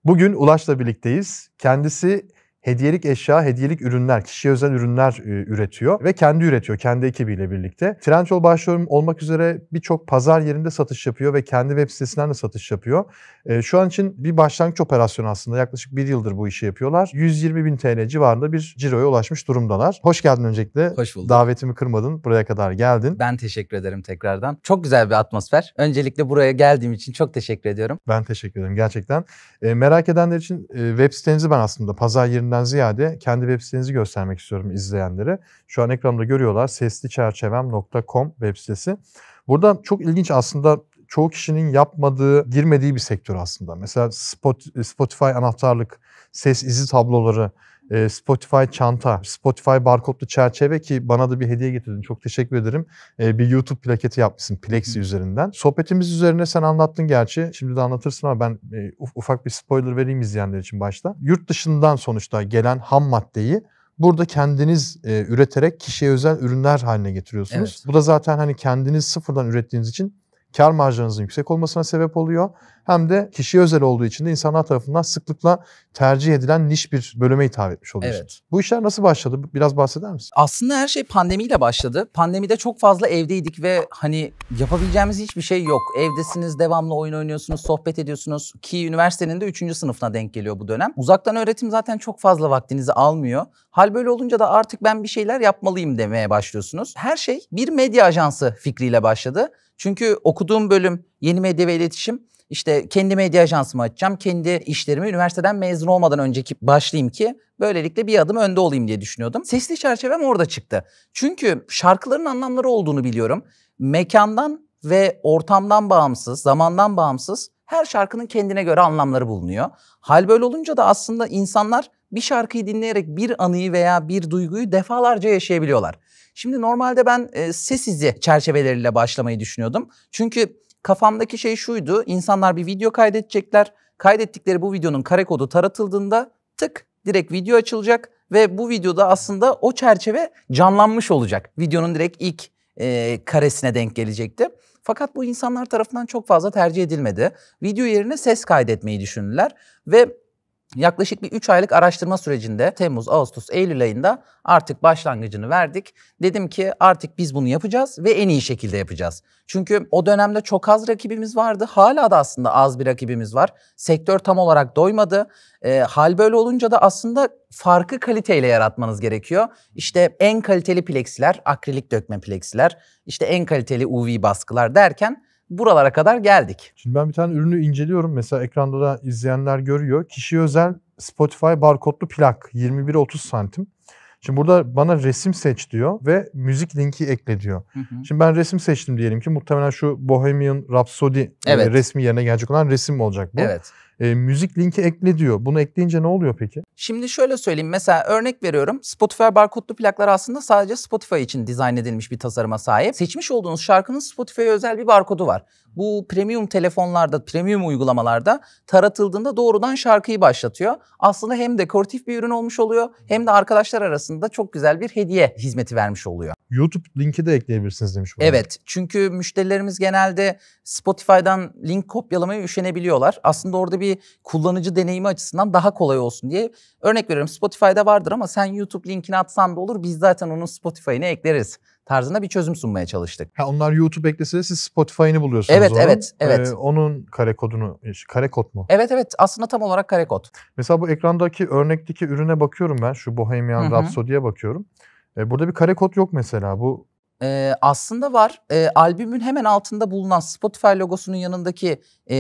Bugün Ulaş'la birlikteyiz. Kendisi hediyelik eşya, hediyelik ürünler, kişiye özel ürünler üretiyor ve kendi üretiyor, kendi ekibiyle birlikte. Trendyol başta olmak üzere birçok pazar yerinde satış yapıyor ve kendi web sitesinden de satış yapıyor. Şu an için bir başlangıç operasyonu aslında. Yaklaşık 1 yıldır bu işi yapıyorlar. 120.000 TL civarında bir ciroya ulaşmış durumdalar. Hoş geldin öncelikle. Hoş bulduk. Davetimi kırmadın, buraya kadar geldin. Ben teşekkür ederim tekrardan. Çok güzel bir atmosfer. Öncelikle buraya geldiğim için çok teşekkür ediyorum. Ben teşekkür ederim gerçekten. Merak edenler için web sitenizi ben aslında pazar yerinden ziyade kendi web sitenizi göstermek istiyorum izleyenlere. Şu an ekranda görüyorlar. sesliçerçevem.com web sitesi. Burada çok ilginç aslında, çoğu kişinin yapmadığı, girmediği bir sektör aslında. Mesela Spotify anahtarlık, ses izi tabloları, Spotify çanta, Spotify barkodlu çerçeve ki bana da bir hediye getirdin. Çok teşekkür ederim. Bir YouTube plaketi yapmışsın Plexi üzerinden. Sohbetimiz üzerine sen anlattın gerçi. Şimdi de anlatırsın ama ben ufak bir spoiler vereyim izleyenler için başta. Yurt dışından sonuçta gelen ham maddeyi burada kendiniz üreterek kişiye özel ürünler haline getiriyorsunuz. Evet. Bu da zaten hani kendiniz sıfırdan ürettiğiniz için kar marjlarınızın yüksek olmasına sebep oluyor. Hem de kişiye özel olduğu için de insanlar tarafından sıklıkla tercih edilen niş bir bölüme hitap etmiş oluyorsunuz. Evet. Bu işler nasıl başladı? Biraz bahseder misin? Aslında her şey pandemiyle başladı. Pandemide çok fazla evdeydik ve hani yapabileceğimiz hiçbir şey yok. Evdesiniz, devamlı oyun oynuyorsunuz, sohbet ediyorsunuz ki üniversitenin de 3. sınıfına denk geliyor bu dönem. Uzaktan öğretim zaten çok fazla vaktinizi almıyor. Hal böyle olunca da artık ben bir şeyler yapmalıyım demeye başlıyorsunuz. Her şey bir medya ajansı fikriyle başladı. Çünkü okuduğum bölüm yeni medya ve iletişim. İşte kendi medya ajansımı açacağım. Kendi işlerimi üniversiteden mezun olmadan önceki başlayayım ki böylelikle bir adım önde olayım diye düşünüyordum. Sesli çerçevem orada çıktı. Çünkü şarkıların anlamları olduğunu biliyorum. Mekandan ve ortamdan bağımsız, zamandan bağımsız her şarkının kendine göre anlamları bulunuyor. Hal böyle olunca da aslında insanlar bir şarkıyı dinleyerek bir anıyı veya bir duyguyu defalarca yaşayabiliyorlar. Şimdi normalde ben ses izi çerçeveleriyle başlamayı düşünüyordum. Çünkü kafamdaki şey şuydu: insanlar bir video kaydedecekler. Kaydettikleri bu videonun kare kodu taratıldığında tık direkt video açılacak ve bu videoda aslında o çerçeve canlanmış olacak. Videonun direkt ilk karesine denk gelecekti. Fakat bu insanlar tarafından çok fazla tercih edilmedi. Video yerine ses kaydetmeyi düşündüler ve yaklaşık bir 3 aylık araştırma sürecinde Temmuz, Ağustos, Eylül ayında artık başlangıcını verdik. Dedim ki artık biz bunu yapacağız ve en iyi şekilde yapacağız. Çünkü o dönemde çok az rakibimiz vardı. Hala da aslında az bir rakibimiz var. Sektör tam olarak doymadı. Hal böyle olunca da aslında farkı kaliteyle yaratmanız gerekiyor. İşte en kaliteli plexiler, akrilik dökme plexiler, işte en kaliteli UV baskılar derken buralara kadar geldik. Şimdi ben bir tane ürünü inceliyorum. Mesela ekranda da izleyenler görüyor. Kişiye özel Spotify barkodlu plak 21-30 santim. Şimdi burada bana resim seç diyor ve müzik linki ekle diyor. Şimdi ben resim seçtim diyelim ki muhtemelen şu Bohemian Rhapsody resmi yerine gelecek olan resim mi olacak bu? Evet. Müzik linki ekle diyor. Bunu ekleyince ne oluyor peki? Şimdi şöyle söyleyeyim. Mesela örnek veriyorum. Spotify barkodlu plaklar aslında sadece Spotify için dizayn edilmiş bir tasarıma sahip. Seçmiş olduğunuz şarkının Spotify'a özel bir barkodu var. Bu premium telefonlarda, premium uygulamalarda taratıldığında doğrudan şarkıyı başlatıyor. Aslında hem dekoratif bir ürün olmuş oluyor hem de arkadaşlar arasında çok güzel bir hediye hizmeti vermiş oluyor. YouTube linki de ekleyebilirsiniz demiş. Evet, çünkü müşterilerimiz genelde Spotify'dan link kopyalamaya üşenebiliyorlar. Aslında orada bir kullanıcı deneyimi açısından daha kolay olsun diye. Örnek veriyorum, Spotify'da vardır ama sen YouTube linkini atsan da olur, biz zaten onun Spotify'ını ekleriz tarzında bir çözüm sunmaya çalıştık. Ha, onlar YouTube eklese de siz Spotify'ını buluyorsunuz. Evet. Onun kare kodunu, kare kod mu? Evet, aslında tam olarak kare kod. Mesela bu ekrandaki örnekteki ürüne bakıyorum ben, şu Bohemian Rhapsody'ye bakıyorum. Burada bir kare kod yok mesela. Bu aslında var. Albümün hemen altında bulunan Spotify logosunun yanındaki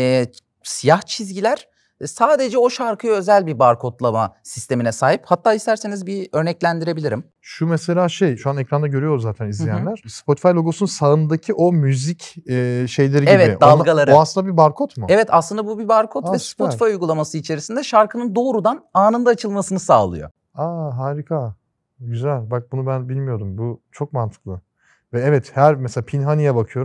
siyah çizgiler sadece o şarkıya özel bir barkodlama sistemine sahip. Hatta isterseniz bir örneklendirebilirim. Şu mesela şu an ekranda görüyor zaten izleyenler. Spotify logosunun sağındaki o müzik şeyleri gibi. Evet, dalgaları. O aslında bir barkod mu? Evet, aslında bu bir barkod ve süper. Spotify uygulaması içerisinde şarkının doğrudan anında açılmasını sağlıyor. Harika. Güzel. Bak bunu ben bilmiyordum. Bu çok mantıklı. Ve evet, mesela Pinhani'ye bakıyorum.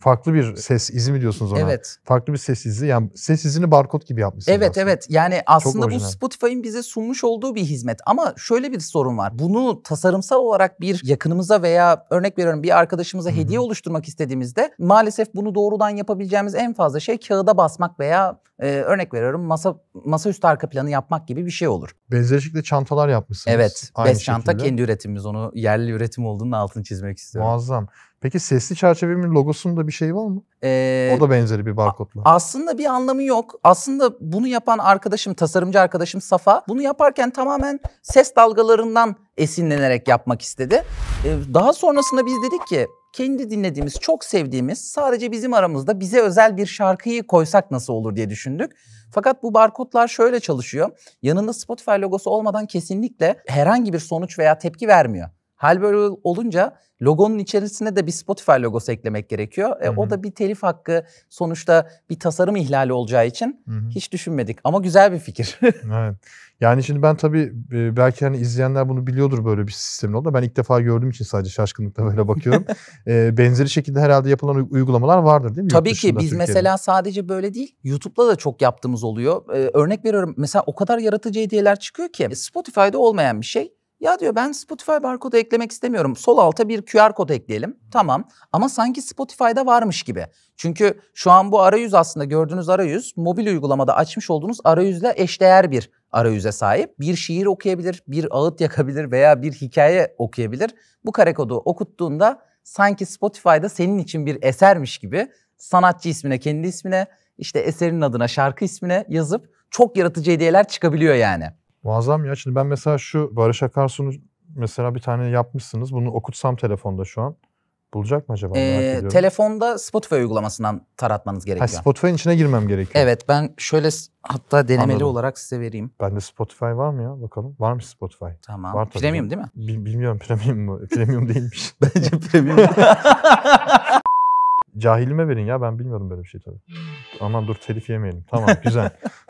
farklı bir ses izi mi diyorsunuz ona? Evet. Farklı bir ses izi. Yani ses izini barkod gibi yapmışsınız Evet aslında. evet. Yani aslında bu orijinal. Spotify'ın bize sunmuş olduğu bir hizmet. Ama şöyle bir sorun var. Bunu tasarımsal olarak bir yakınımıza veya örnek veriyorum bir arkadaşımıza hediye oluşturmak istediğimizde maalesef bunu doğrudan yapabileceğimiz en fazla şey kağıda basmak veya örnek veriyorum masaüstü arka planı yapmak gibi bir şey olur. Benzer şekilde çantalar yapmışsınız. Evet. Aynı Best çanta şekilde. kendi üretimimiz. Onu yerli üretim olduğunun altını çizmek istiyorum. Muazzam. Peki sesli çerçevemin logosunun bir şeyi var mı? O da benzeri bir barkodla. Aslında bir anlamı yok. Aslında bunu yapan arkadaşım, tasarımcı arkadaşım Safa bunu yaparken tamamen ses dalgalarından esinlenerek yapmak istedi. Daha sonrasında biz dedik ki kendi dinlediğimiz, çok sevdiğimiz, sadece bizim aramızda bize özel bir şarkıyı koysak nasıl olur diye düşündük. Fakat bu barkodlar şöyle çalışıyor. Yanında Spotify logosu olmadan kesinlikle herhangi bir sonuç veya tepki vermiyor. Hal böyle olunca logonun içerisine de bir Spotify logosu eklemek gerekiyor. O da bir telif hakkı, sonuçta bir tasarım ihlali olacağı için hiç düşünmedik. Ama güzel bir fikir. Evet. Yani şimdi ben tabii belki hani izleyenler bunu biliyordur böyle bir sistemin olduğunu. Ben ilk defa gördüğüm için sadece şaşkınlıkla böyle bakıyorum. Benzeri şekilde herhalde yapılan uygulamalar vardır değil mi? Tabii Yurt ki dışında, biz Türkiye'de. mesela sadece böyle değil, YouTube'da da çok yaptığımız oluyor. Örnek veriyorum, mesela o kadar yaratıcı hediyeler çıkıyor ki Spotify'da olmayan bir şey. Ya diyor ben Spotify barkodu eklemek istemiyorum. Sol alta bir QR kod ekleyelim. Tamam ama sanki Spotify'da varmış gibi. Çünkü şu an bu arayüz aslında gördüğünüz arayüz mobil uygulamada açmış olduğunuz arayüzle eşdeğer bir arayüze sahip. Bir şiir okuyabilir, bir ağıt yakabilir veya bir hikaye okuyabilir. Bu kare kodu okuttuğunda sanki Spotify'da senin için bir esermiş gibi sanatçı ismine, kendi ismine, işte eserinin adına, şarkı ismine yazıp çok yaratıcı hediyeler çıkabiliyor yani. Muazzam ya. Şimdi ben mesela şu Barış Akarsu'nu mesela bir tane yapmışsınız. Bunu okutsam telefonda şu an. Bulacak mı acaba? Merak ediyorum. Telefonda Spotify uygulamasından taratmanız gerekiyor. Spotify'ın içine girmem gerekiyor. Evet, ben şöyle hatta denemeli Anladım. olarak size vereyim. Bende Spotify var mı ya? Bakalım. Varmış Spotify. Tamam. Var tabii. Premium değil mi? Bilmiyorum premium mu? Premium değilmiş. Bence premium. Cahilime verin ya, ben bilmiyordum böyle bir şey tabii. Aman dur telif yemeyelim. Tamam güzel.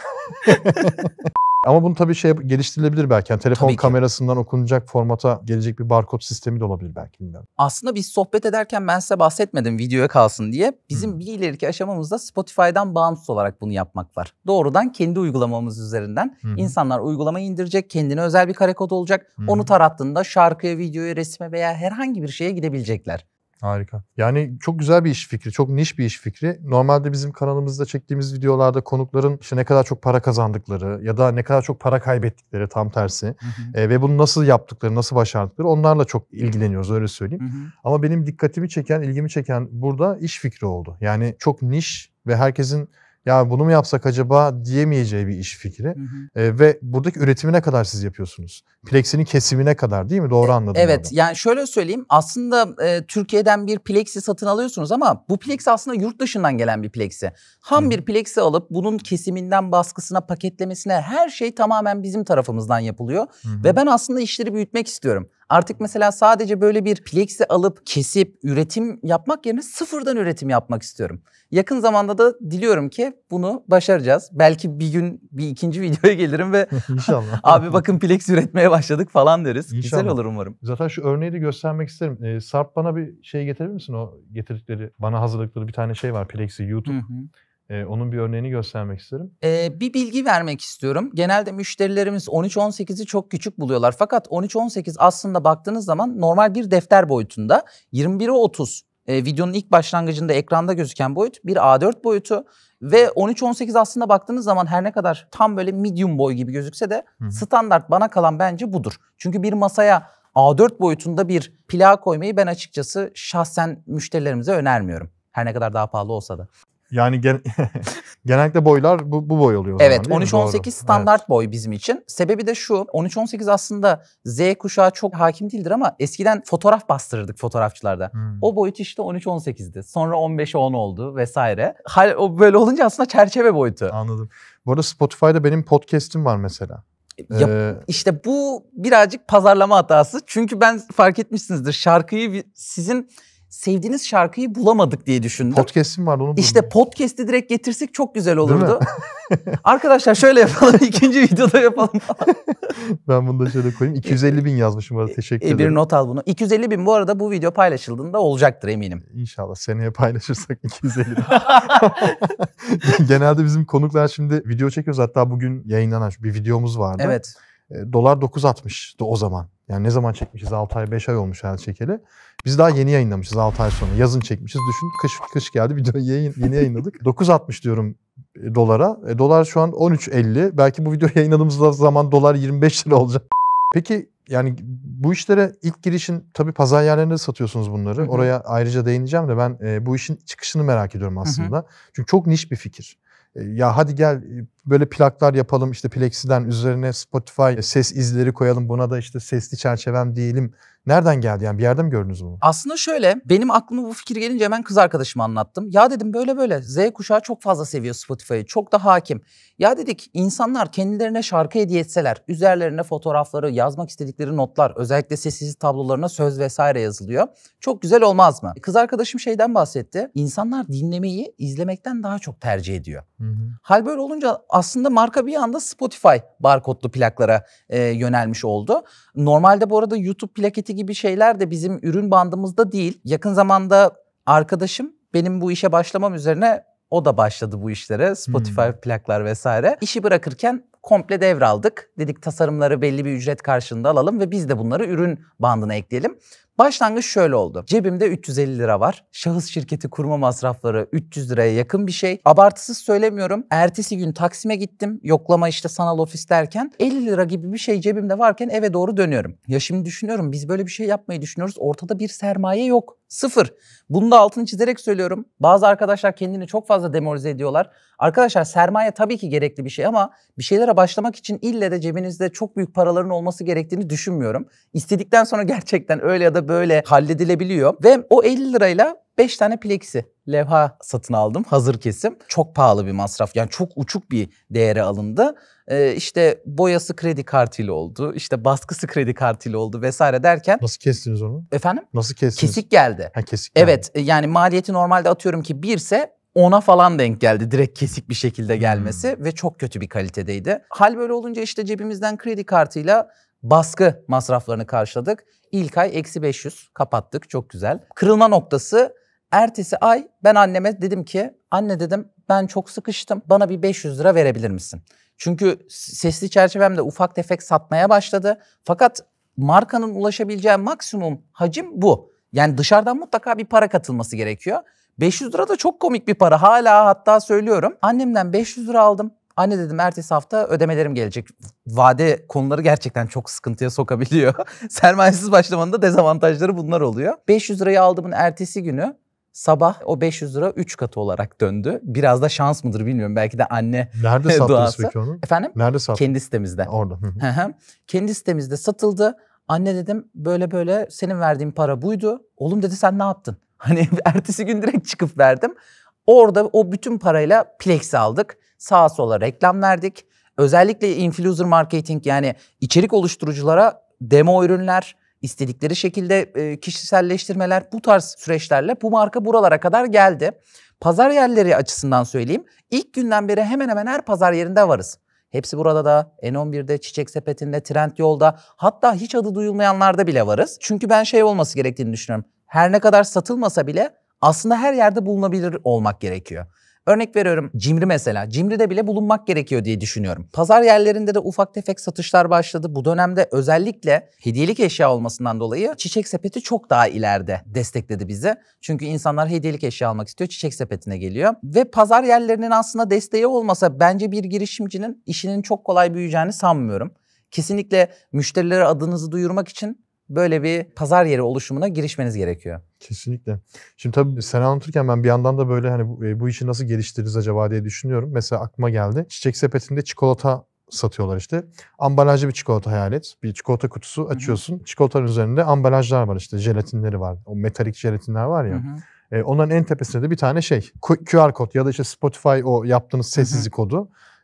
Ama bunu tabii geliştirilebilir belki. Yani telefon kamerasından okunacak formata gelecek bir barkod sistemi de olabilir belki, bilmiyorum. Aslında biz sohbet ederken ben size bahsetmedim videoya kalsın diye. Bizim bir ileriki aşamamızda Spotify'dan bağımsız olarak bunu yapmak var. Doğrudan kendi uygulamamız üzerinden insanlar uygulamayı indirecek, kendine özel bir kare kod olacak. Onu tarattığında şarkıya, videoya, resme veya herhangi bir şeye gidebilecekler. Harika. Yani çok güzel bir iş fikri, çok niş bir iş fikri. Normalde bizim kanalımızda çektiğimiz videolarda konukların işte ne kadar çok para kazandıkları ya da ne kadar çok para kaybettikleri, tam tersi ve bunu nasıl yaptıkları, nasıl başardıkları, onlarla çok ilgileniyoruz, öyle söyleyeyim. Ama benim dikkatimi çeken, ilgimi çeken burada iş fikri oldu. Yani çok niş ve herkesin ya bunu mu yapsak acaba diyemeyeceği bir iş fikri. Ve buradaki üretimine kadar siz yapıyorsunuz. Plexinin kesimine kadar, değil mi? Doğru anladım. Evet. Orada. Yani şöyle söyleyeyim. Aslında Türkiye'den bir plexi satın alıyorsunuz ama bu plexi aslında yurt dışından gelen bir plexi. Ham bir plexi alıp bunun kesiminden baskısına, paketlemesine her şey tamamen bizim tarafımızdan yapılıyor. Ve ben aslında işleri büyütmek istiyorum. Artık mesela sadece böyle bir plexi alıp kesip üretim yapmak yerine sıfırdan üretim yapmak istiyorum. Yakın zamanda da diliyorum ki bunu başaracağız. Belki bir gün bir ikinci videoya gelirim ve İnşallah. abi bakın plex üretmeye başladık falan deriz. İnşallah. Güzel olur umarım. Zaten şu örneği de göstermek isterim. Sarp, bana bir şey getirir misin? O getirdikleri, bana hazırladıkları bir tane şey var. Plexi YouTube. Onun bir örneğini göstermek isterim. Bir bilgi vermek istiyorum. Genelde müşterilerimiz 13-18'i çok küçük buluyorlar. Fakat 13-18 aslında baktığınız zaman normal bir defter boyutunda. 21'e 30 videonun ilk başlangıcında ekranda gözüken boyut bir A4 boyutu. Ve 13-18 aslında baktığınız zaman her ne kadar tam böyle medium boy gibi gözükse de standart bana kalan bence budur. Çünkü bir masaya A4 boyutunda bir plak koymayı ben açıkçası şahsen müşterilerimize önermiyorum. Her ne kadar daha pahalı olsa da. Yani genellikle boylar bu boy oluyor. Evet, zaman, 13-18 standart boy bizim için. Sebebi de şu, 13-18 aslında Z kuşağı çok hakim değildir ama eskiden fotoğraf bastırırdık fotoğrafçılarda. O boyut işte 13-18'di. Sonra 15'e 10 oldu vesaire. O böyle olunca aslında çerçeve boyutu. Anladım. Bu arada Spotify'da benim podcast'im var mesela. İşte bu birazcık pazarlama hatası. Çünkü ben fark etmişsinizdir, şarkıyı sizin sevdiğiniz şarkıyı bulamadık diye düşündüm. Podcast'im var, onu İşte podcast'i direkt getirsek çok güzel olurdu. Arkadaşlar şöyle yapalım, ikinci videoda yapalım. Ben bunu da şöyle koyayım. 250 bin yazmışım bu arada, teşekkür ederim. Bir not al bunu. 250 bin bu arada bu video paylaşıldığında olacaktır eminim. İnşallah seneye paylaşırsak 250 bin. Genelde bizim konuklar şimdi video çekiyoruz. Hatta bugün yayınlanan bir videomuz vardı. Evet. Dolar 9.60'tı o zaman. Yani ne zaman çekmişiz? 6 ay 5 ay olmuş herhalde çekeli. Biz daha yeni yayınlamışız 6 ay sonra. Yazın çekmişiz. Düşün, kış geldi, videoyu yeni yayınladık. 9.60 diyorum dolara. Dolar şu an 13.50. Belki bu videoyu yayınladığımız zaman dolar 25 lira olacak. Peki yani bu işlere ilk girişin, tabii pazar yerlerinde satıyorsunuz bunları. Oraya ayrıca değineceğim de ben bu işin çıkışını merak ediyorum aslında. Çünkü çok niş bir fikir. Ya hadi gel böyle plaklar yapalım, işte Plexi'den üzerine Spotify ses izleri koyalım, buna da işte sesli çerçevem diyelim. Nereden geldi yani, bir yerde mi gördünüz bunu? Aslında şöyle, benim aklıma bu fikir gelince hemen kız arkadaşıma anlattım. Ya dedim böyle Z kuşağı çok fazla seviyor Spotify'ı, çok da hakim. Ya dedik insanlar kendilerine şarkı hediye etseler, üzerlerine fotoğrafları, yazmak istedikleri notlar, özellikle sessiz tablolarına söz vesaire yazılıyor. Çok güzel olmaz mı? Kız arkadaşım şeyden bahsetti. İnsanlar dinlemeyi izlemekten daha çok tercih ediyor. Hal böyle olunca aslında marka bir anda Spotify barkodlu plaklara yönelmiş oldu. Normalde bu arada YouTube plaketi gibi şeyler de bizim ürün bandımızda değil. Yakın zamanda arkadaşım benim bu işe başlamam üzerine o da başladı bu işlere. Spotify plaklar vesaire. İşi bırakırken komple devraldık. Dedik tasarımları belli bir ücret karşılığında alalım ve biz de bunları ürün bandına ekleyelim. Başlangıç şöyle oldu. Cebimde 350 lira var. Şahıs şirketi kurma masrafları 300 liraya yakın bir şey. Abartısız söylemiyorum. Ertesi gün Taksim'e gittim. Yoklama işte sanal ofis derken 50 lira gibi bir şey cebimde varken eve doğru dönüyorum. Ya şimdi düşünüyorum, biz böyle bir şey yapmayı düşünüyoruz. Ortada bir sermaye yok. Sıfır. Bunu da altını çizerek söylüyorum. Bazı arkadaşlar kendini çok fazla demoralize ediyorlar. Arkadaşlar sermaye tabii ki gerekli bir şey ama bir şeylere başlamak için ille de cebinizde çok büyük paraların olması gerektiğini düşünmüyorum. İstedikten sonra gerçekten öyle ya da böyle halledilebiliyor. Ve o 50 lirayla 5 tane plexi levha satın aldım. Hazır kesim. Çok pahalı bir masraf. Yani çok uçuk bir değere alındı. İşte boyası kredi kartıyla oldu. İşte baskısı kredi kartıyla oldu vesaire derken. Nasıl kestiniz onu? Efendim? Nasıl kestiniz? Kesik geldi. Ha, kesik geldi. Evet, yani maliyeti normalde atıyorum ki 1 ise 10'a falan denk geldi. Direkt kesik bir şekilde gelmesi ve çok kötü bir kalitedeydi. Hal böyle olunca işte cebimizden kredi kartıyla baskı masraflarını karşıladık. İlk ay -500 kapattık, çok güzel. Kırılma noktası, ertesi ay ben anneme dedim ki, anne dedim ben çok sıkıştım, bana bir 500 lira verebilir misin? Çünkü sesli çerçevemde ufak tefek satmaya başladı. Fakat markanın ulaşabileceği maksimum hacim bu. Yani dışarıdan mutlaka bir para katılması gerekiyor. 500 lira da çok komik bir para. Hala hatta söylüyorum. Annemden 500 lira aldım. Anne dedim ertesi hafta ödemelerim gelecek. Vade konuları gerçekten çok sıkıntıya sokabiliyor. Sermayesiz başlamanın da dezavantajları bunlar oluyor. 500 lirayı aldığımın ertesi günü sabah o 500 lira 3 katı olarak döndü. Biraz da şans mıdır bilmiyorum. Belki de anne Nerede sattınız duası. Peki onu? Efendim? Nerede sattınız? Kendi sitemizde. Orada. Kendi sitemizde satıldı. Anne dedim böyle senin verdiğin para buydu. Oğlum dedi sen ne yaptın? Hani ertesi gün direkt çıkıp verdim. Orada o bütün parayla Plex aldık. Sağa sola reklam verdik. Özellikle influencer marketing, yani içerik oluşturuculara demo ürünler, istedikleri şekilde kişiselleştirmeler, bu tarz süreçlerle bu marka buralara kadar geldi. Pazar yerleri açısından söyleyeyim. İlk günden beri hemen hemen her pazar yerinde varız. Hepsi burada da, N11'de, Çiçek Sepeti'nde, Trendyol'da, hatta hiç adı duyulmayanlarda bile varız. Çünkü ben şey olması gerektiğini düşünüyorum. Her ne kadar satılmasa bile aslında her yerde bulunabilir olmak gerekiyor. Örnek veriyorum, Cimri mesela. Cimri'de bile bulunmak gerekiyor diye düşünüyorum. Pazar yerlerinde de ufak tefek satışlar başladı. Bu dönemde özellikle hediyelik eşya olmasından dolayı Çiçek Sepeti çok daha ileride destekledi bizi. Çünkü insanlar hediyelik eşya almak istiyor, Çiçek Sepeti'ne geliyor. Ve pazar yerlerinin aslında desteği olmasa bence bir girişimcinin işinin çok kolay büyüyeceğini sanmıyorum. Kesinlikle müşterilere adınızı duyurmak için böyle bir pazar yeri oluşumuna girişmeniz gerekiyor. Kesinlikle. Şimdi tabii sen anlatırken ben bir yandan da böyle hani bu işi nasıl geliştiririz acaba diye düşünüyorum. Mesela aklıma geldi. Çiçek Sepeti'nde çikolata satıyorlar işte. Ambalajlı bir çikolata hayal et. Bir çikolata kutusu açıyorsun. Çikolatanın üzerinde ambalajlar var işte. Jelatinleri var. O metalik jelatinler var ya. Onların en tepesinde de bir tane QR kod ya da işte Spotify o yaptığınız sessizlik kodu.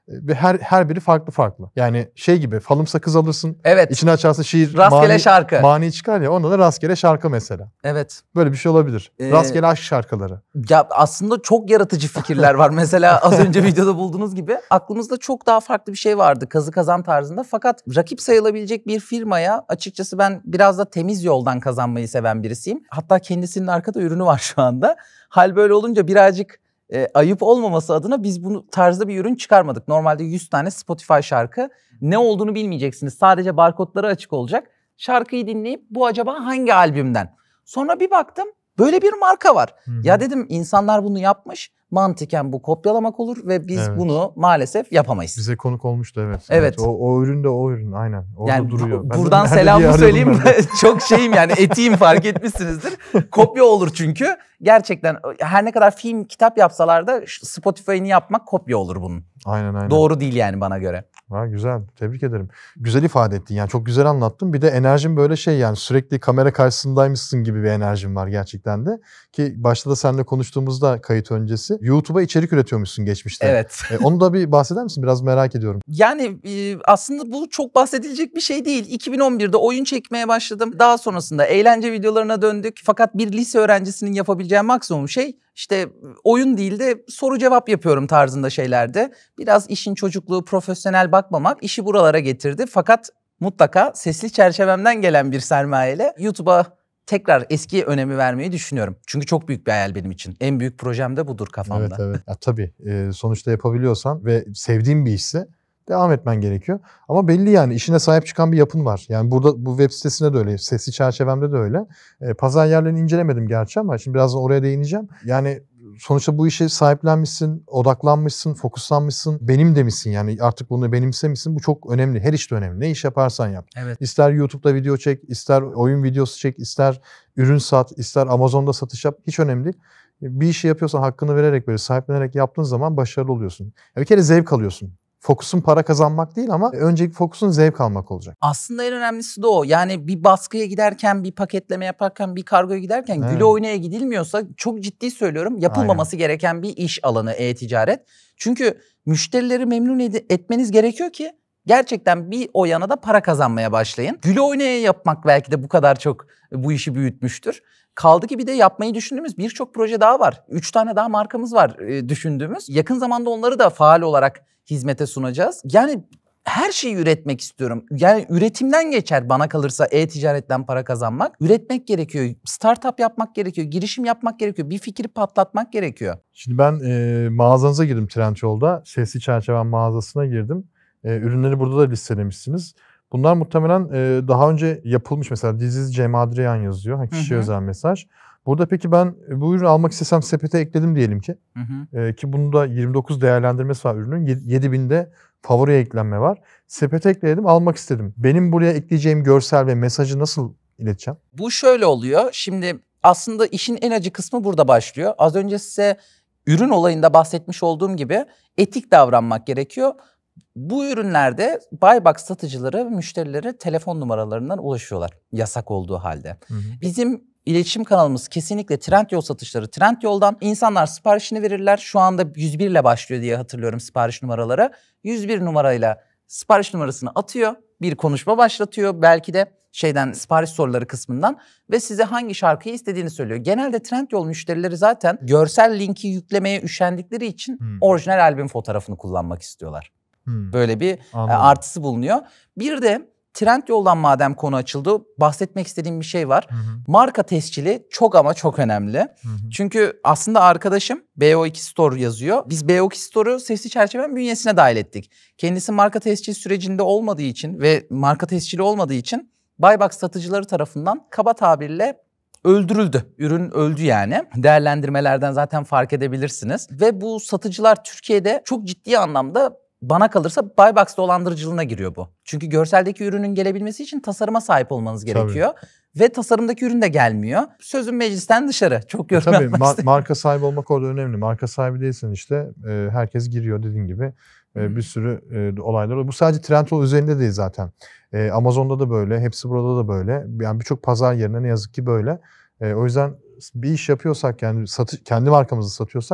ve her biri farklı. Yani şey gibi falım sakız alırsın. Evet. İçine açarsın şiir, rastgele şarkı. Mani çıkar ya, onda da rastgele şarkı mesela. Evet. Böyle bir şey olabilir. Rastgele aşk şarkıları. Ya aslında çok yaratıcı fikirler var. Mesela az önce videoda bulduğunuz gibi aklımızda çok daha farklı bir şey vardı. Kazı kazan tarzında. Fakat rakip sayılabilecek bir firmaya açıkçası ben biraz da temiz yoldan kazanmayı seven birisiyim. Hatta kendisinin arkada ürünü var şu anda. Hal böyle olunca birazcık ayıp olmaması adına biz bu tarzda bir ürün çıkarmadık. Normalde 100 tane Spotify şarkı, ne olduğunu bilmeyeceksiniz. Sadece barkodları açık olacak. Şarkıyı dinleyip bu acaba hangi albümden? Sonra bir baktım böyle bir marka var. Hı-hı. Ya dedim insanlar bunu yapmış. Mantıken bu kopyalamak olur ve biz bunu maalesef yapamayız. Bize konuk olmuştu evet. Evet. O ürün de o ürün aynen. Orada yani duruyor. Buradan selamımı söyleyeyim. Çok şeyim yani etiğim, fark etmişsinizdir. Kopya olur çünkü. Gerçekten her ne kadar film, kitap yapsalar da Spotify'ını yapmak kopya olur bunun. Aynen. Doğru değil yani bana göre. Ha, güzel. Tebrik ederim. Güzel ifade ettin yani. Çok güzel anlattın. Bir de enerjin böyle şey yani sürekli kamera karşısındaymışsın gibi bir enerjin var gerçekten de. Ki başta da seninle konuştuğumuzda kayıt öncesi YouTube'a içerik üretiyormuşsun geçmişte. Evet. Onu da bir bahseder misin? Biraz merak ediyorum. Yani aslında bu çok bahsedilecek bir şey değil. 2011'de oyun çekmeye başladım. Daha sonrasında eğlence videolarına döndük. Fakat bir lise öğrencisinin yapabileceği maksimum şey işte oyun değil de soru cevap yapıyorum tarzında şeylerde. Biraz işin çocukluğu, profesyonel bakmamak işi buralara getirdi. Fakat mutlaka sesli çerçevemden gelen bir sermayeyle YouTube'a tekrar eski önemi vermeyi düşünüyorum. Çünkü çok büyük bir hayal benim için. En büyük projem de budur kafamda. Evet. Ya, tabii sonuçta yapabiliyorsan ve sevdiğin bir işse devam etmen gerekiyor. Ama belli yani işine sahip çıkan bir yapın var. Yani burada bu web sitesinde de öyle, sesli çerçevemde de öyle. Pazar yerlerini incelemedim gerçi ama şimdi birazdan oraya değineceğim. Yani sonuçta bu işe sahiplenmişsin, odaklanmışsın, fokuslanmışsın, benim demişsin yani artık bunu benimsemişsin. Bu çok önemli. Her işte önemli. Ne iş yaparsan yap. Evet. İster YouTube'da video çek, ister oyun videosu çek, ister ürün sat, ister Amazon'da satış yap. Hiç önemli değil. Bir işi yapıyorsan hakkını vererek böyle sahiplenerek yaptığın zaman başarılı oluyorsun. Bir kere zevk alıyorsun. Fokusun para kazanmak değil ama önceki fokusun zevk almak olacak. Aslında en önemlisi de o. Yani bir baskıya giderken, bir paketleme yaparken, bir kargoya giderken güle oynaya gidilmiyorsa çok ciddi söylüyorum yapılmaması gereken bir iş alanı e-ticaret. Çünkü müşterileri memnun etmeniz gerekiyor ki gerçekten bir o yana da para kazanmaya başlayın. Güle oynaya yapmak belki de bu kadar çok bu işi büyütmüştür. Kaldı ki bir de yapmayı düşündüğümüz birçok proje daha var. 3 tane daha markamız var düşündüğümüz. Yakın zamanda onları da faal olarak hizmete sunacağız. Yani her şeyi üretmek istiyorum. Yani üretimden geçer bana kalırsa e-ticaretten para kazanmak. Üretmek gerekiyor. Startup yapmak gerekiyor. Girişim yapmak gerekiyor. Bir fikri patlatmak gerekiyor. Şimdi ben mağazanıza girdim Trendyol'da. Sesli çerçevem mağazasına girdim. Ürünleri burada da listelemişsiniz. Bunlar muhtemelen daha önce yapılmış. Mesela This is Cem Adrian yazıyor. Kişiye özel mesaj. Burada peki ben bu ürünü almak istesem sepete ekledim diyelim ki. Ki bunda 29 değerlendirmesi var ürünün. 7000'de favoriye eklenme var. Sepete ekledim, almak istedim. Benim buraya ekleyeceğim görsel ve mesajı nasıl ileteceğim? Bu şöyle oluyor. Şimdi aslında işin en acı kısmı burada başlıyor. Az önce size ürün olayında bahsetmiş olduğum gibi etik davranmak gerekiyor. Bu ürünlerde Buybox satıcıları müşterilere telefon numaralarından ulaşıyorlar. Yasak olduğu halde. Bizim İletişim kanalımız kesinlikle Trendyol satışları. Trendyol'dan insanlar siparişini verirler. Şu anda 101 ile başlıyor diye hatırlıyorum sipariş numaraları. 101 numarayla sipariş numarasını atıyor. Bir konuşma başlatıyor belki de sipariş soruları kısmından ve size hangi şarkıyı istediğini söylüyor. Genelde Trendyol müşterileri zaten görsel linki yüklemeye üşendikleri için orijinal albüm fotoğrafını kullanmak istiyorlar. Böyle bir artısı bulunuyor. Bir de Trendyol'dan madem konu açıldı, bahsetmek istediğim bir şey var. Marka tescili çok ama çok önemli. Çünkü aslında arkadaşım BO2 Store yazıyor. Biz BO2 Store'u sesli çerçevenin bünyesine dahil ettik. Kendisi marka tescil sürecinde olmadığı için ve marka tescili olmadığı için Buybox satıcıları tarafından kaba tabirle öldürüldü. Ürün öldü yani. Değerlendirmelerden zaten fark edebilirsiniz. Ve bu satıcılar Türkiye'de çok ciddi anlamda bana kalırsa Buybox dolandırıcılığına giriyor bu. Çünkü görseldeki ürünün gelebilmesi için tasarıma sahip olmanız gerekiyor. Tabii. Ve tasarımdaki ürün de gelmiyor. Sözüm meclisten dışarı. Çok yorum yapmak istemiyorum. Marka sahibi olmak orada önemli. Marka sahibi değilsin işte. Herkes giriyor dediğin gibi. Bir sürü olaylar oluyor. Bu sadece Trendyol üzerinde değil zaten. Amazon'da da böyle. Hepsi burada da böyle. Yani birçok pazar yerine ne yazık ki böyle. O yüzden bir iş yapıyorsak yani kendi markamızı satıyorsak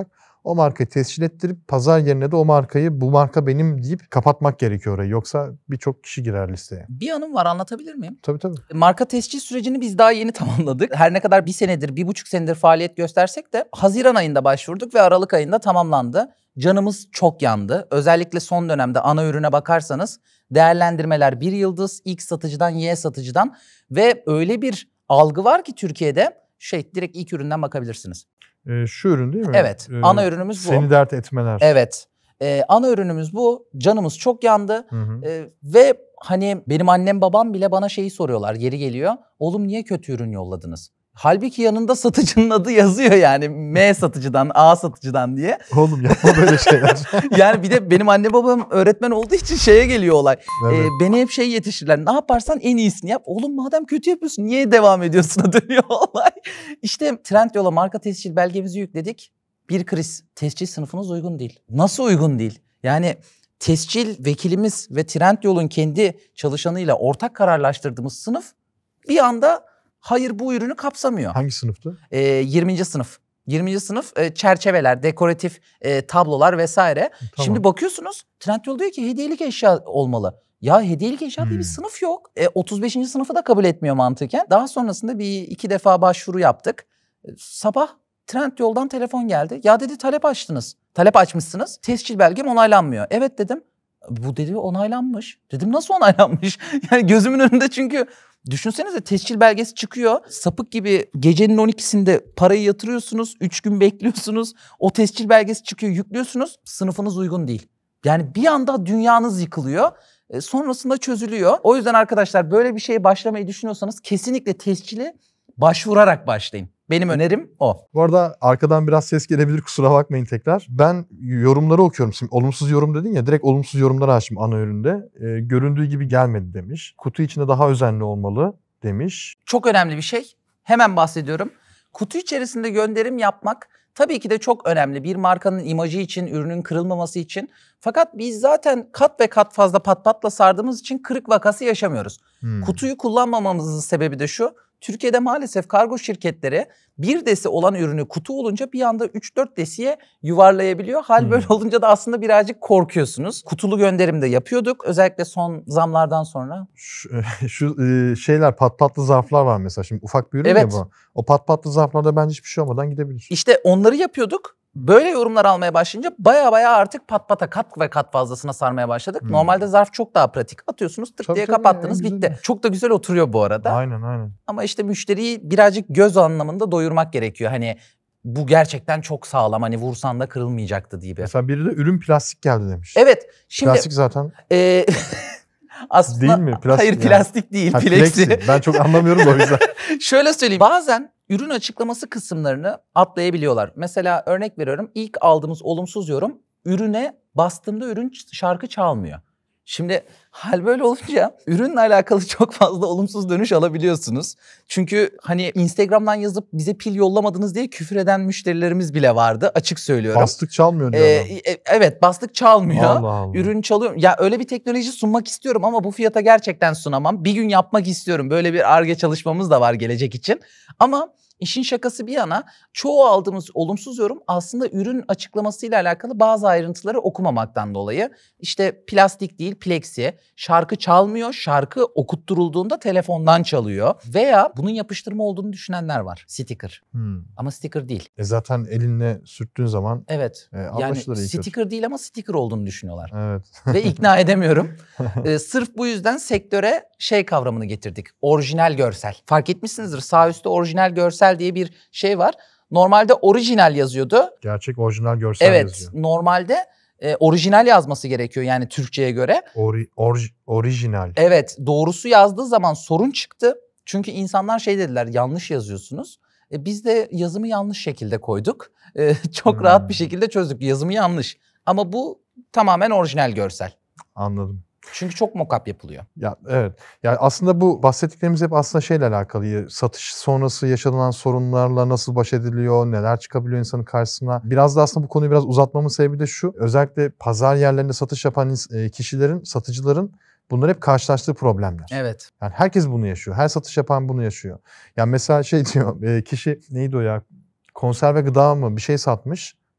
O markayı tescil ettirip pazar yerine de o markayı bu marka benim deyip kapatmak gerekiyor orayı. Yoksa birçok kişi girer listeye. Bir anım var, anlatabilir miyim? Tabii tabii. Marka tescil sürecini biz daha yeni tamamladık. Her ne kadar 1,5 senedir faaliyet göstersek de Haziran ayında başvurduk ve Aralık ayında tamamlandı. Canımız çok yandı. Özellikle son dönemde ana ürüne bakarsanız değerlendirmeler 1 yıldız, X satıcıdan, Y satıcıdan ve öyle bir algı var ki Türkiye'de direkt ilk üründen bakabilirsiniz. Şu ürün değil mi? Evet, ana ürünümüz bu. Seni dert etmeler. Evet, ana ürünümüz bu. Canımız çok yandı. Ve hani benim annem babam bile bana şeyi soruyorlar, yeri geliyor. Oğlum niye kötü ürün yolladınız? Halbuki yanında satıcının adı yazıyor yani. M satıcıdan, A satıcıdan diye. Oğlum yapma böyle şeyler. Yani bir de benim anne babam öğretmen olduğu için şeye geliyor olay. Evet. Beni hep yetiştirirler. Ne yaparsan en iyisini yap. Oğlum madem kötü yapıyorsun niye devam ediyorsun'a dönüyor olay. İşte Trendyol'a marka tescil belgemizi yükledik. Bir kriz. Tescil sınıfınız uygun değil. Nasıl uygun değil? Yani tescil vekilimiz ve Trendyol'un kendi çalışanıyla ortak kararlaştırdığımız sınıf bir anda hayır bu ürünü kapsamıyor. Hangi sınıftı? 20. sınıf. 20. sınıf çerçeveler, dekoratif tablolar vesaire. Tamam. Şimdi bakıyorsunuz Trendyol diyor ki hediyelik eşya olmalı. Ya hediyelik eşya diye bir sınıf yok. 35. sınıfı da kabul etmiyor mantıken. Daha sonrasında 2 defa başvuru yaptık. Sabah Trendyol'dan telefon geldi. Ya dedi talep açtınız. Talep açmışsınız. Tescil belgem onaylanmıyor. Evet dedim. Bu dedi onaylanmış. Dedim nasıl onaylanmış? Yani gözümün önünde çünkü düşünsenize tescil belgesi çıkıyor. Sapık gibi gecenin 12'sinde parayı yatırıyorsunuz. 3 gün bekliyorsunuz. O tescil belgesi çıkıyor, yüklüyorsunuz. Sınıfınız uygun değil. Yani bir anda dünyanız yıkılıyor. Sonrasında çözülüyor. O yüzden arkadaşlar böyle bir şeye başlamayı düşünüyorsanız kesinlikle tescili başvurarak başlayın. Benim önerim o. Bu arada arkadan biraz ses gelebilir, kusura bakmayın tekrar. Ben yorumları okuyorum. Şimdi olumsuz yorum dedin ya, direkt olumsuz yorumları açtım ana üründe. Göründüğü gibi gelmedi demiş. Kutu içinde daha özenli olmalı demiş. Çok önemli bir şey. Hemen bahsediyorum. Kutu içerisinde gönderim yapmak tabii ki de çok önemli. Bir markanın imajı için, ürünün kırılmaması için. Fakat biz zaten kat ve kat fazla patla sardığımız için kırık vakası yaşamıyoruz. Kutuyu kullanmamamızın sebebi de şu. Türkiye'de maalesef kargo şirketleri 1 desi olan ürünü kutu olunca bir anda 3-4 desiye yuvarlayabiliyor. Hal böyle olunca da aslında birazcık korkuyorsunuz. Kutulu gönderimde yapıyorduk. Özellikle son zamlardan sonra. Şu şeyler patlı zarflar var mesela. Şimdi ufak bir ürün ya bu. O patlı zarflarda bence hiçbir şey olmadan gidebilir. İşte onları yapıyorduk. Böyle yorumlar almaya başlayınca baya artık pat ve kat fazlasına sarmaya başladık. Normalde zarf çok daha pratik. Atıyorsunuz tık diye kapattınız bitti. Çok da güzel oturuyor bu arada. Aynen. Ama işte müşteriyi birazcık göz anlamında doyurmak gerekiyor. Hani bu gerçekten çok sağlam, hani vursan da kırılmayacaktı diye. Mesela biri de ürün plastik geldi demiş. Evet. Şimdi, plastik zaten. Aslında, değil mi? Plastik hayır yani. plastik değil. Plexi. Ben çok anlamıyorum da o yüzden. Şöyle söyleyeyim. Bazen ürün açıklaması kısımlarını atlayabiliyorlar. Mesela örnek veriyorum. İlk aldığımız olumsuz yorum, ürüne bastığımda ürün şarkı çalmıyor. Şimdi hal böyle olunca ürünle alakalı çok fazla olumsuz dönüş alabiliyorsunuz. Çünkü hani Instagram'dan yazıp bize pil yollamadınız diye küfür eden müşterilerimiz bile vardı. Açık söylüyorum. Bastık çalmıyor diyor evet, bastık çalmıyor. Allah. Ürün çalıyor. Ya öyle bir teknoloji sunmak istiyorum ama bu fiyata gerçekten sunamam. Bir gün yapmak istiyorum. Böyle bir Ar-Ge çalışmamız da var gelecek için. Ama İşin şakası bir yana çoğu aldığımız olumsuz yorum aslında ürün açıklamasıyla alakalı bazı ayrıntıları okumamaktan dolayı. İşte plastik değil plexi, şarkı çalmıyor, şarkı okutturulduğunda telefondan çalıyor. Veya bunun yapıştırma olduğunu düşünenler var. Sticker. Ama sticker değil. Zaten elinle sürttüğün zaman evet. Yani sticker değil ama sticker olduğunu düşünüyorlar. Evet. Ve ikna edemiyorum. Sırf bu yüzden sektöre kavramını getirdik. Orijinal görsel. Fark etmişsinizdir, sağ üstte orijinal görsel diye bir şey var. Normalde orijinal yazıyordu. Gerçek orijinal görsel yazıyor. Evet, normalde orijinal yazması gerekiyor yani Türkçe'ye göre. Orijinal. Evet, doğrusu yazdığı zaman sorun çıktı. Çünkü insanlar dediler, yanlış yazıyorsunuz. Biz de yazımı yanlış şekilde koyduk. Çok rahat bir şekilde çözdük. Yazımı yanlış. Ama bu tamamen orijinal görsel. Anladım. Çünkü çok mock-up yapılıyor. Ya evet. Yani aslında bu bahsettiklerimiz hep aslında şeyle alakalı. Satış sonrası yaşanılan sorunlarla nasıl baş ediliyor, neler çıkabiliyor insanın karşısına. Biraz da aslında bu konuyu biraz uzatmamın sebebi de şu. Özellikle pazar yerlerinde satış yapan kişilerin, satıcıların bunlar hep karşılaştığı problemler. Evet. Yani herkes bunu yaşıyor. Her satış yapan bunu yaşıyor. Yani mesela diyor, kişi neydi o ya? Konserve gıda mı bir şey satmış.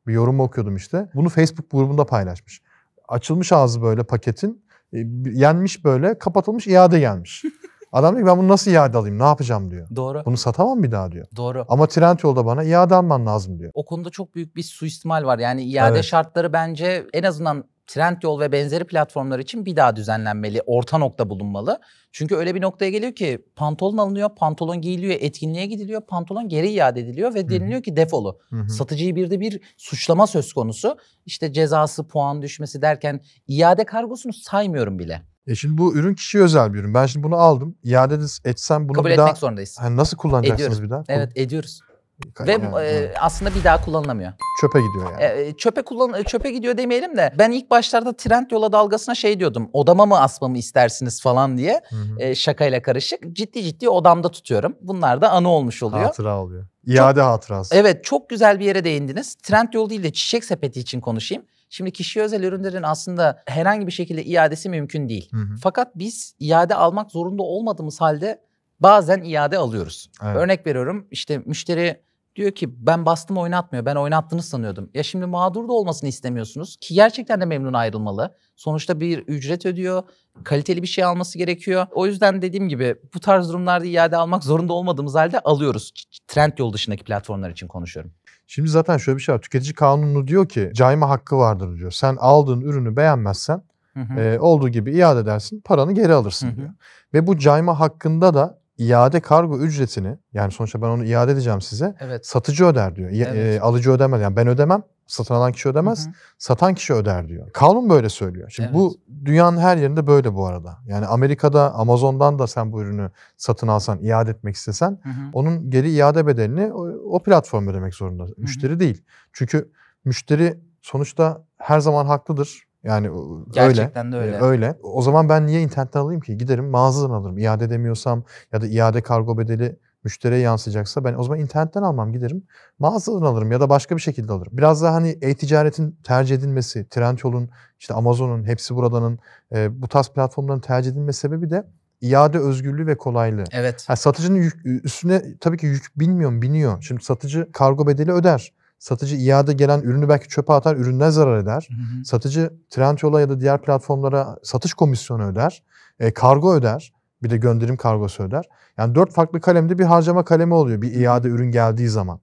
Bir yorum okuyordum işte. Bunu Facebook grubunda paylaşmış. Açılmış ağzı böyle paketin. Yenmiş böyle, kapatılmış, iade gelmiş. Adam diyor ki ben bunu nasıl iade alayım, ne yapacağım diyor. Doğru. Bunu satamam bir daha diyor. Doğru. Ama Trendyol'da bana iade alman lazım diyor. O konuda çok büyük bir suistimal var. Yani iade şartları bence en azından Trendyol ve benzeri platformlar için bir daha düzenlenmeli, orta nokta bulunmalı. Çünkü öyle bir noktaya geliyor ki pantolon alınıyor, pantolon giyiliyor, etkinliğe gidiliyor, pantolon geri iade ediliyor ve deniliyor ki defolu. Satıcıyı bir suçlama söz konusu. İşte cezası, puan düşmesi derken iade kargosunu saymıyorum bile. Şimdi bu ürün kişiye özel bir ürün. Ben şimdi bunu aldım. İade etsem bunu kabul bir daha... etmek zorundayız. Nasıl kullanacaksınız ediyoruz. bir daha? Evet, ediyoruz. Ve aslında bir daha kullanılamıyor. Çöpe gidiyor yani. Çöpe gidiyor demeyelim de ben ilk başlarda Trendyol'a dalgasına şey diyordum. Odama mı asmamı istersiniz falan diye. Şakayla karışık. Ciddi odamda tutuyorum. Bunlar da anı olmuş oluyor. Hatıra oluyor. İade hatırası. Evet, çok güzel bir yere değindiniz. Trendyol değil de Çiçek Sepeti için konuşayım. Şimdi kişiye özel ürünlerin aslında herhangi bir şekilde iadesi mümkün değil. Fakat biz iade almak zorunda olmadığımız halde bazen iade alıyoruz. Evet. Örnek veriyorum, işte müşteri diyor ki ben bastım oynatmıyor, ben oynattığını sanıyordum. Ya şimdi mağdur da olmasını istemiyorsunuz ki gerçekten de memnun ayrılmalı. Sonuçta bir ücret ödüyor, kaliteli bir şey alması gerekiyor. O yüzden dediğim gibi bu tarz durumlarda iade almak zorunda olmadığımız halde alıyoruz. Trendyol dışındaki platformlar için konuşuyorum. Şimdi zaten şöyle bir şey var. Tüketici kanunu diyor ki cayma hakkı vardır diyor. Sen aldığın ürünü beğenmezsen olduğu gibi iade edersin, paranı geri alırsın diyor. Ve bu cayma hakkında da iade kargo ücretini, yani sonuçta ben onu iade edeceğim size, satıcı öder diyor. Alıcı ödemez. Yani ben ödemem, satın alan kişi ödemez, satan kişi öder diyor. Kanun böyle söylüyor. Şimdi bu dünyanın her yerinde böyle bu arada. Yani Amerika'da Amazon'dan da sen bu ürünü satın alsan, iade etmek istesen onun geri iade bedelini o platform ödemek zorunda. Müşteri değil. Çünkü müşteri sonuçta her zaman haklıdır. Yani gerçekten de öyle. Öyle. O zaman ben niye internetten alayım ki? Giderim mağazadan alırım. İade edemiyorsam ya da iade kargo bedeli müşteriye yansıyacaksa ben o zaman internetten almam, giderim mağazadan alırım ya da başka bir şekilde alırım. Biraz daha hani e-ticaretin tercih edilmesi, Trendyol'un, işte Amazon'un, hepsi buradanın bu tarz platformların tercih edilme sebebi de iade özgürlüğü ve kolaylığı. Evet. Yani satıcının üstüne tabii ki yük biniyor. Şimdi satıcı kargo bedeli öder. Satıcı iade gelen ürünü belki çöpe atar, üründen zarar eder. Satıcı Trendyol'a ya da diğer platformlara satış komisyonu öder. Kargo öder. Bir de gönderim kargosu öder. Yani 4 farklı kalemde bir harcama kalemi oluyor bir iade ürün geldiği zaman.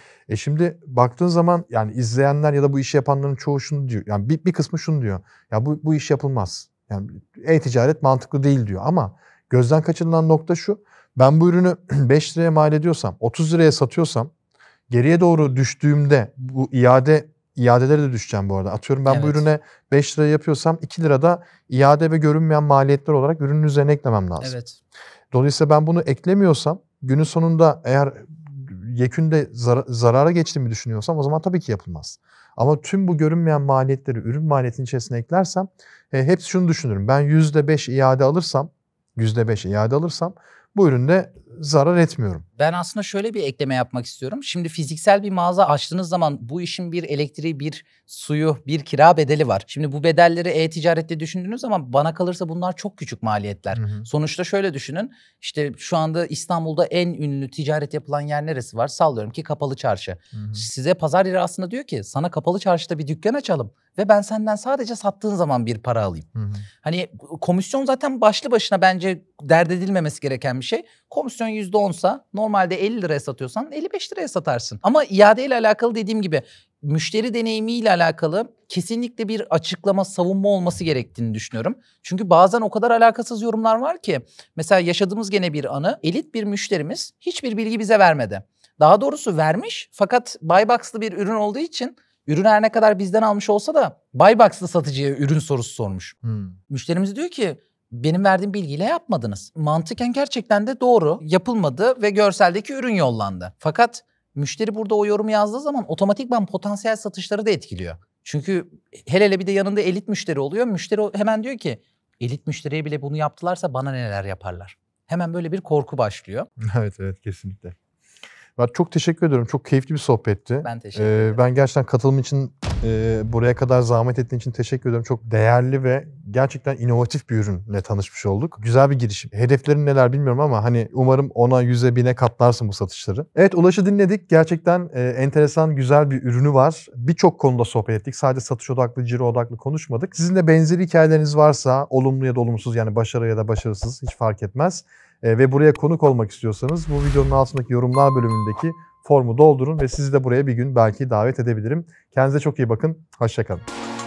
Şimdi baktığın zaman yani izleyenler ya da bu işi yapanların çoğu şunu diyor. Yani bir kısmı şunu diyor. Ya bu iş yapılmaz. Yani e-ticaret mantıklı değil diyor ama gözden kaçırılan nokta şu. Ben bu ürünü 5 liraya mal ediyorsam, 30 liraya satıyorsam, geriye doğru düştüğümde bu iadelere de düşeceğim bu arada. Atıyorum ben bu ürüne 5 lira yapıyorsam 2 lirada iade ve görünmeyen maliyetler olarak ürünün üzerine eklemem lazım. Dolayısıyla ben bunu eklemiyorsam günün sonunda eğer yekünde zarara geçtiğimi düşünüyorsam o zaman tabii ki yapılmaz. Ama tüm bu görünmeyen maliyetleri ürün maliyetinin içerisine eklersem hepsi şunu düşünürüm. Ben %5 iade alırsam bu üründe zarar etmiyorum. Ben aslında şöyle bir ekleme yapmak istiyorum. Şimdi fiziksel bir mağaza açtığınız zaman bu işin bir elektriği, bir suyu, bir kira bedeli var. Şimdi bu bedelleri e-ticarette düşündüğünüz zaman bana kalırsa bunlar çok küçük maliyetler. Sonuçta şöyle düşünün. İşte şu anda İstanbul'da en ünlü ticaret yapılan yer neresi var? Sallıyorum ki Kapalı Çarşı. Size pazar yeri aslında diyor ki sana Kapalı Çarşıda bir dükkan açalım ve ben senden sadece sattığın zaman bir para alayım. Hani komisyon zaten başlı başına bence dert edilmemesi gereken bir şey. Komisyon %10'sa normalde 50 liraya satıyorsan 55 liraya satarsın. Ama iadeyle alakalı dediğim gibi müşteri deneyimiyle alakalı kesinlikle bir açıklama, savunma olması gerektiğini düşünüyorum. Çünkü bazen o kadar alakasız yorumlar var ki. Mesela yaşadığımız gene bir anı. Elit bir müşterimiz hiçbir bilgi bize vermedi. Daha doğrusu vermiş fakat buy box'lı bir ürün olduğu için ürün her ne kadar bizden almış olsa da buy box'lı satıcıya ürün sorusu sormuş. Müşterimiz diyor ki benim verdiğim bilgiyle yapmadınız. Mantıken gerçekten de doğru. Yapılmadı ve görseldeki ürün yollandı. Fakat müşteri burada o yorumu yazdığı zaman otomatikman potansiyel satışları da etkiliyor. Çünkü hele bir de yanında elit müşteri oluyor. Müşteri hemen diyor ki elit müşteriye bile bunu yaptılarsa bana neler yaparlar. Hemen böyle bir korku başlıyor. Evet kesinlikle. Ben çok teşekkür ediyorum. Çok keyifli bir sohbetti. Ben teşekkür ederim. Ben gerçekten katılım için Buraya kadar zahmet ettiğin için teşekkür ederim. Çok değerli ve gerçekten inovatif bir ürünle tanışmış olduk. Güzel bir girişim. Hedeflerin neler bilmiyorum ama hani umarım 10'a, 100'e, 1000'e katlarsın bu satışları. Evet, Ulaş'ı dinledik. Gerçekten enteresan, güzel bir ürünü var. Birçok konuda sohbet ettik. Sadece satış odaklı, ciro odaklı konuşmadık. Sizin de benzeri hikayeleriniz varsa, olumlu ya da olumsuz, yani başarı ya da başarısız, hiç fark etmez. Ve buraya konuk olmak istiyorsanız bu videonun altındaki yorumlar bölümündeki formu doldurun ve sizi de buraya bir gün belki davet edebilirim. Kendinize çok iyi bakın. Hoşça kalın.